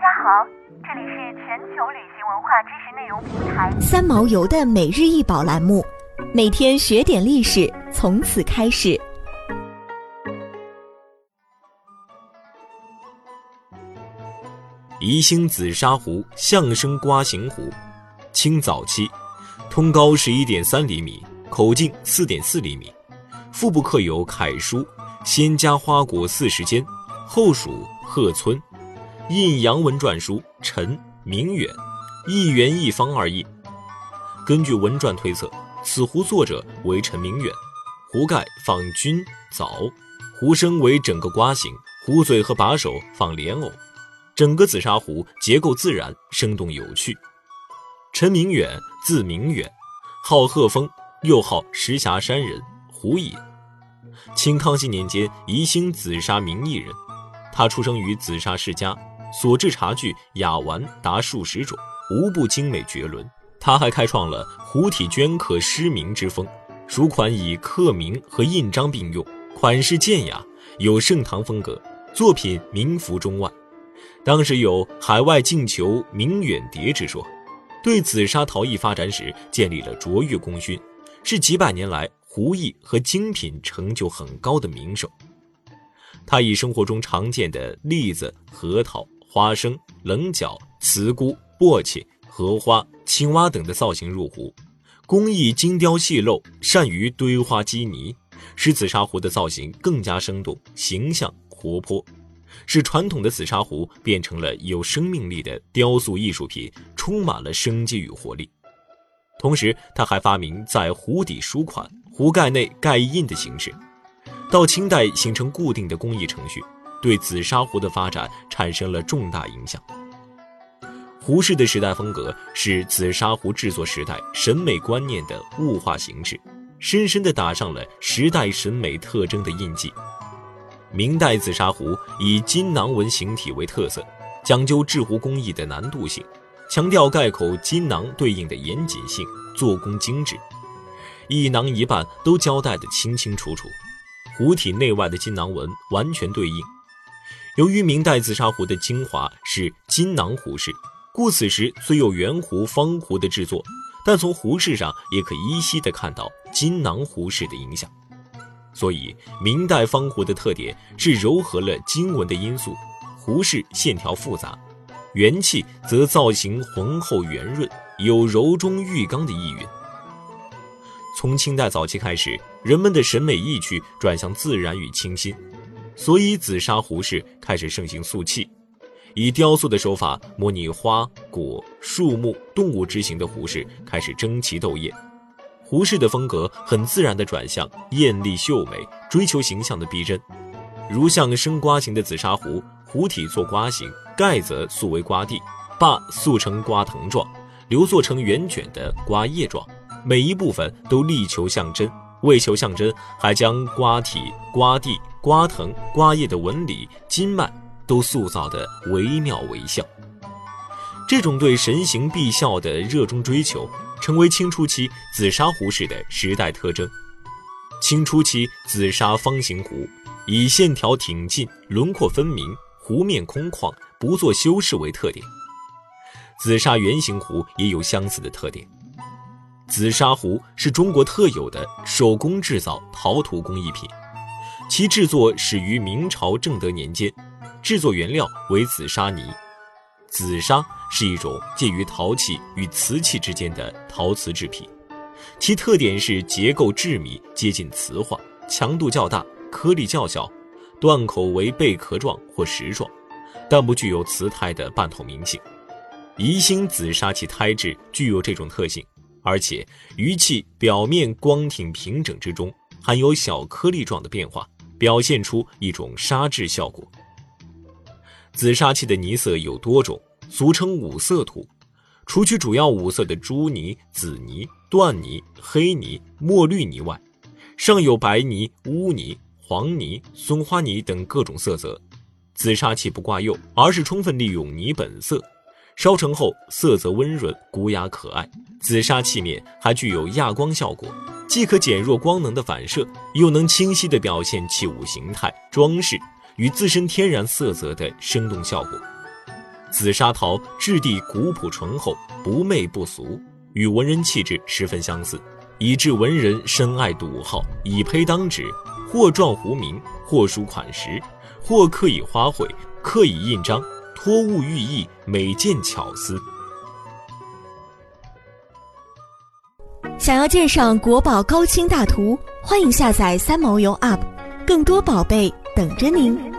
家好，这里是全球旅行文化知识内容平台三毛游的每日一宝栏目，每天学点历史，从此开始。 宜兴紫砂壶象声瓜形壶，清早期，通高 11.3 厘米，口径 4.4 厘米，腹部刻有楷书仙家花果40间，后属鹤村，印阳文篆书陈明远，一圆一方二印。根据文篆推测，此壶作者为陈明远。壶盖放菌枣，壶身为整个瓜形，壶嘴和把手放莲藕。整个紫砂壶结构自然，生动有趣。陈明远字明远，号鹤峰，又号石峡山人，湖野。清康熙年间宜兴紫砂名艺人，他出生于紫砂世家，所制茶具雅玩达数十种，无不精美绝伦。他还开创了壶体镌刻诗名之风，书款以刻名和印章并用，款式健雅，有盛唐风格，作品名浮中外。当时有海外进求明远蝶之说，对紫砂陶艺发展史建立了卓越功勋，是几百年来壶艺和精品成就很高的名手。他以生活中常见的栗子、核桃、花生、棱角、茨菇、簸箕、荷花、青蛙等的造型入壶，工艺精雕细镂，善于堆花积泥，使紫砂壶的造型更加生动、形象、活泼，使传统的紫砂壶变成了有生命力的雕塑艺术品，充满了生机与活力。同时他还发明在壶底书款、壶盖内盖印的形式，到清代形成固定的工艺程序，对紫砂壶的发展产生了重大影响。壶式的时代风格是紫砂壶制作时代审美观念的物化形式，深深地打上了时代审美特征的印记。明代紫砂壶以金囊纹形体为特色，讲究制壶工艺的难度性，强调盖口金囊对应的严谨性，做工精致，一囊一半都交代得清清楚楚，壶体内外的金囊纹完全对应。由于明代紫砂壶的精华是金囊壶式，故此时虽有圆壶、方壶的制作，但从壶式上也可依稀地看到金囊壶式的影响。所以明代方壶的特点是糅合了金纹的因素，壶式线条复杂，元气则造型浑厚圆润，有柔中寓刚的意蕴。从清代早期开始，人们的审美意趣转向自然与清新，所以紫砂壶式开始盛行塑器，以雕塑的手法模拟花、果、树木、动物之形的壶式开始争奇斗艳。壶式的风格很自然地转向艳丽秀美，追求形象的逼真。如像生瓜形的紫砂壶，壶体做瓜形，盖则塑为瓜蒂，把塑成瓜藤状，留做成圆卷的瓜叶状，每一部分都力求象真，为求象真，还将瓜体、瓜蒂、瓜藤、瓜叶的纹理、筋脉都塑造得惟妙惟肖。这种对神形毕肖的热衷追求，成为清初期紫砂壶式的时代特征。清初期紫砂方形壶以线条挺进、轮廓分明、壶面空旷、不做修饰为特点。紫砂圆形壶也有相似的特点。紫砂壶是中国特有的手工制造陶土工艺品，其制作始于明朝正德年间，制作原料为紫砂泥。紫砂是一种介于陶器与瓷器之间的陶瓷制品，其特点是结构致密，接近瓷化，强度较大，颗粒较小，断口为贝壳状或石状，但不具有瓷胎的半透明性。宜兴紫砂器胎质具有这种特性，而且余器表面光挺平整之中含有小颗粒状的变化，表现出一种砂质效果。紫砂器的泥色有多种，俗称五色土，除去主要五色的朱泥、紫泥、缎泥、黑泥、墨绿泥外，尚有白泥、乌泥、黄泥、松花泥等各种色泽。紫砂器不挂釉，而是充分利用泥本色，烧成后色泽温润，古雅可爱。紫砂器面还具有亚光效果，既可减弱光能的反射，又能清晰地表现器物形态、装饰与自身天然色泽的生动效果。 紫砂陶质地古朴醇厚，不媚不俗，与文人气质十分相似，以致文人深爱笃好，以胚当纸，或状壶名，或书款识，或刻以花卉，刻以印章，托物寓意，美见巧思。 想要鉴赏国宝高清大图，欢迎下载三毛游 App， 更多宝贝等着您。